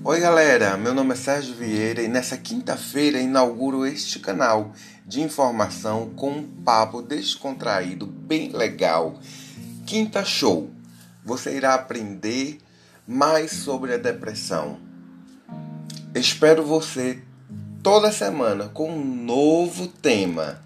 Oi galera, meu nome é Sérgio Vieira e nessa quinta-feira inauguro este canal de informação com um papo descontraído, bem legal. Quinta Show. Você irá aprender mais sobre a depressão. Espero você toda semana com um novo tema.